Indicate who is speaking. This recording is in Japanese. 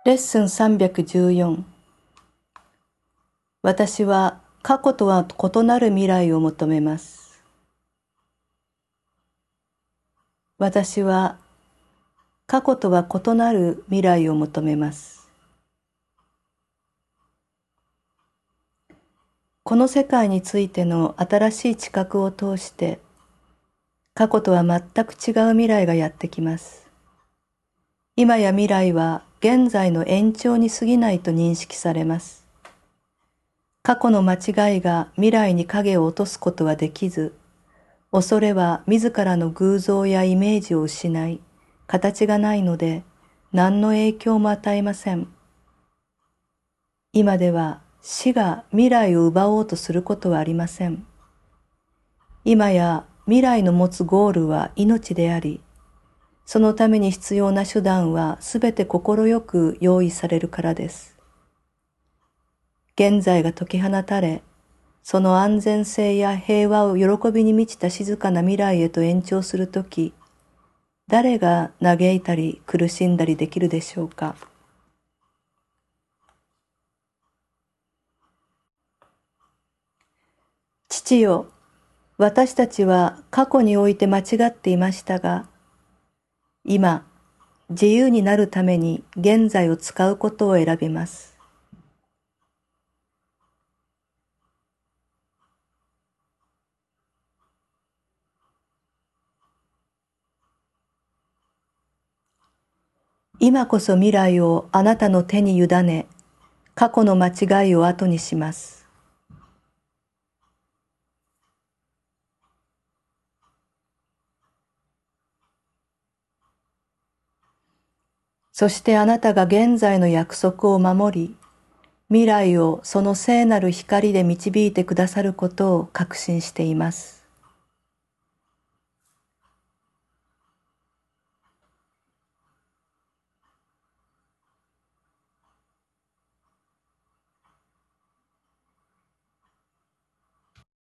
Speaker 1: レッスン314。私は過去とは異なる未来を求めます。私は過去とは異なる未来を求めます。この世界についての新しい知覚を通して、過去とは全く違う未来がやってきます。今や未来は現在の延長に過ぎないと認識されます。過去の間違いが未来に影を落とすことはできず、恐れは自らの偶像やイメージを失い、形がないので何の影響も与えません。今では死が未来を奪おうとすることはありません。今や未来の持つゴールは命であり、そのために必要な手段はすべて快く用意されるからです。現在が解き放たれ、その安全性や平和を喜びに満ちた静かな未来へと延長するとき、誰が嘆いたり苦しんだりできるでしょうか。父よ、私たちは過去において間違っていましたが、今、自由になるために現在を使うことを選びます。今こそ未来をあなたの手に委ね、過去の間違いを後にします。そしてあなたが現在の約束を守り、未来をその聖なる光で導いてくださることを確信しています。